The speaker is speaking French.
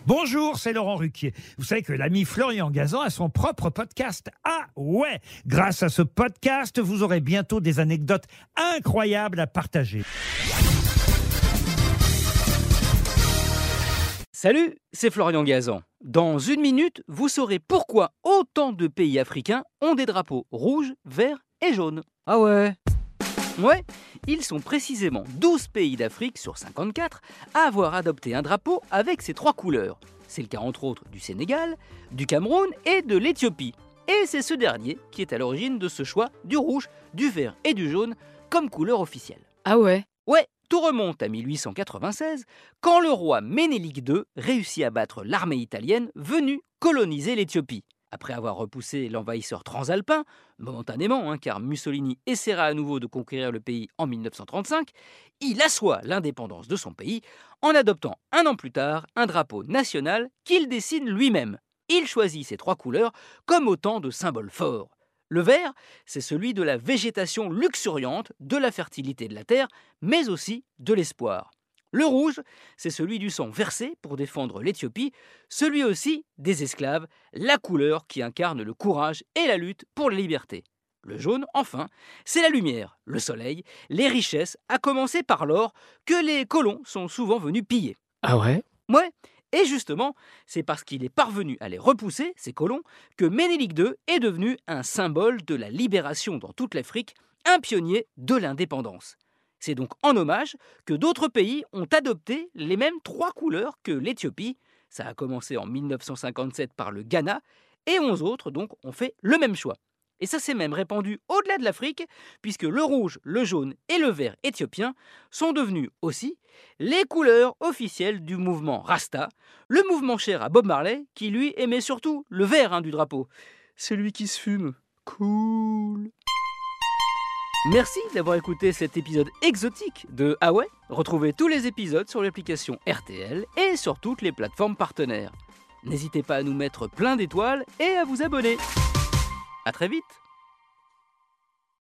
Bonjour, c'est Laurent Ruquier. Vous savez que l'ami Florian Gazan a son propre podcast. Ah ouais! Grâce à ce podcast, vous aurez bientôt des anecdotes incroyables à partager. Salut, c'est Florian Gazan. Dans une minute, vous saurez pourquoi autant de pays africains ont des drapeaux rouges, verts et jaunes. Ah ouais? Ouais, ils sont précisément 12 pays d'Afrique sur 54 à avoir adopté un drapeau avec ces trois couleurs. C'est le cas entre autres du Sénégal, du Cameroun et de l'Éthiopie. Et c'est ce dernier qui est à l'origine de ce choix du rouge, du vert et du jaune comme couleur officielle. Ah ouais? Ouais, tout remonte à 1896, quand le roi Ménélique II réussit à battre l'armée italienne venue coloniser l'Éthiopie. Après avoir repoussé l'envahisseur transalpin, momentanément, car Mussolini essaiera à nouveau de conquérir le pays en 1935, il assoit l'indépendance de son pays en adoptant un an plus tard un drapeau national qu'il dessine lui-même. Il choisit ces trois couleurs comme autant de symboles forts. Le vert, c'est celui de la végétation luxuriante, de la fertilité de la terre, mais aussi de l'espoir. Le rouge, c'est celui du sang versé pour défendre l'Éthiopie, celui aussi des esclaves, la couleur qui incarne le courage et la lutte pour la liberté. Le jaune, enfin, c'est la lumière, le soleil, les richesses, à commencer par l'or, que les colons sont souvent venus piller. Ah ouais? Ouais, et justement, c'est parce qu'il est parvenu à les repousser, ces colons, que Ménélique II est devenu un symbole de la libération dans toute l'Afrique, un pionnier de l'indépendance. C'est donc en hommage que d'autres pays ont adopté les mêmes trois couleurs que l'Éthiopie. Ça a commencé en 1957 par le Ghana, et 11 autres donc ont fait le même choix. Et ça s'est même répandu au-delà de l'Afrique, puisque le rouge, le jaune et le vert éthiopien sont devenus aussi les couleurs officielles du mouvement Rasta, le mouvement cher à Bob Marley, qui lui aimait surtout le vert du drapeau. Celui qui se fume. Cool. Merci d'avoir écouté cet épisode exotique de Ah ouais. Retrouvez tous les épisodes sur l'application RTL et sur toutes les plateformes partenaires. N'hésitez pas à nous mettre plein d'étoiles et à vous abonner. À très vite.